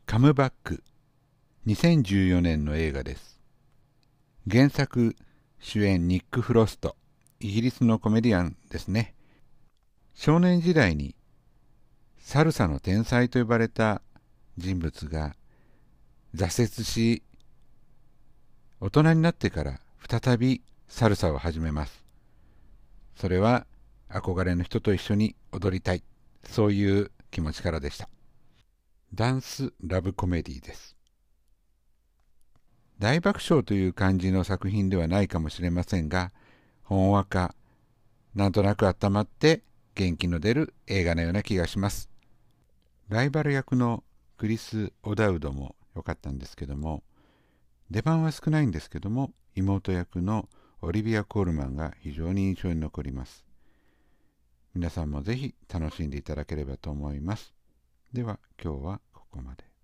カムバック、2014年の映画です。原作、主演ニック・フロスト、イギリスのコメディアンですね。少年時代にサルサの天才と呼ばれた人物が挫折し、大人になってから再びサルサを始めます。それは憧れの人と一緒に踊りたい、そういう気持ちからでした。ダンスラブコメディです。大爆笑という感じの作品ではないかもしれませんが、ほんわか、なんとなく温まって元気の出る映画のような気がします。ライバル役のクリス・オダウドも良かったんですけども、出番は少ないんですけども、妹役のオリビア・コールマンが非常に印象に残ります。皆さんもぜひ楽しんでいただければと思います。では今日はここまで。